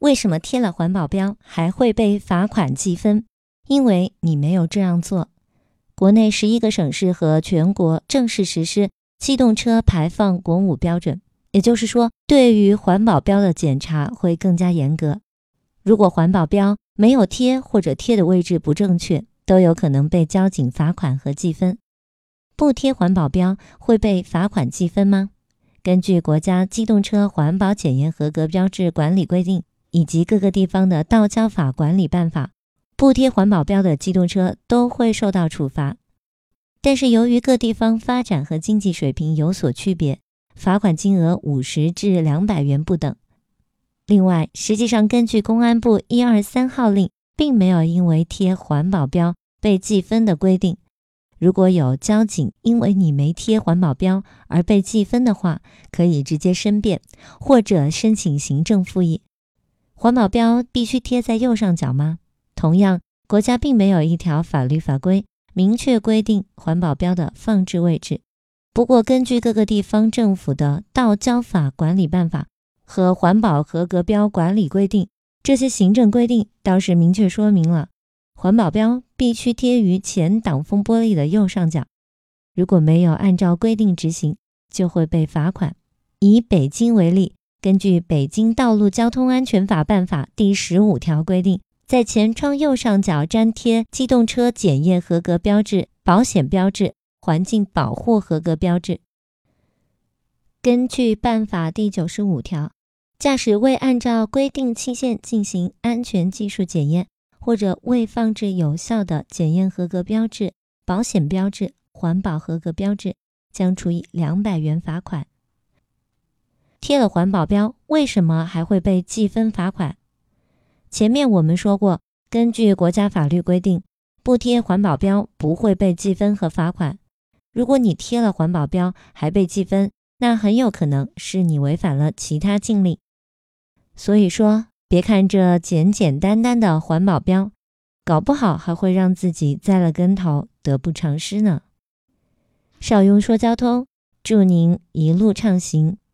为什么贴了环保标还会被罚款记分？因为你没有这样做。国内11个省市和全国正式实施机动车排放国5标准，也就是说，对于环保标的检查会更加严格。如果环保标没有贴或者贴的位置不正确，都有可能被交警罚款和记分。不贴环保标会被罚款记分吗？根据国家机动车环保检验合格标志管理规定以及各个地方的道交法管理办法，不贴环保标的机动车都会受到处罚。但是由于各地方发展和经济水平有所区别，罚款金额50至200元不等。另外，实际上根据公安部123号令，并没有因为贴环保标被记分的规定。如果有交警因为你没贴环保标而被记分的话，可以直接申辩或者申请行政复议。环保标必须贴在右上角吗？同样，国家并没有一条法律法规明确规定环保标的放置位置。不过，根据各个地方政府的道交法管理办法和环保合格标管理规定，这些行政规定倒是明确说明了，环保标必须贴于前挡风玻璃的右上角。如果没有按照规定执行，就会被罚款。以北京为例，根据《北京道路交通安全法办法》第15条规定，在前窗右上角粘贴机动车检验合格标志、保险标志、环境保护合格标志。根据办法第95条，驾驶未按照规定期限进行安全技术检验，或者未放置有效的检验合格标志、保险标志、环保合格标志，将处以200元罚款。贴了环保标，为什么还会被记分罚款？前面我们说过，根据国家法律规定，不贴环保标不会被记分和罚款。如果你贴了环保标还被记分，那很有可能是你违反了其他禁令。所以说，别看这简简单单的环保标，搞不好还会让自己栽了跟头，得不偿失呢。邵雍说交通，祝您一路畅行。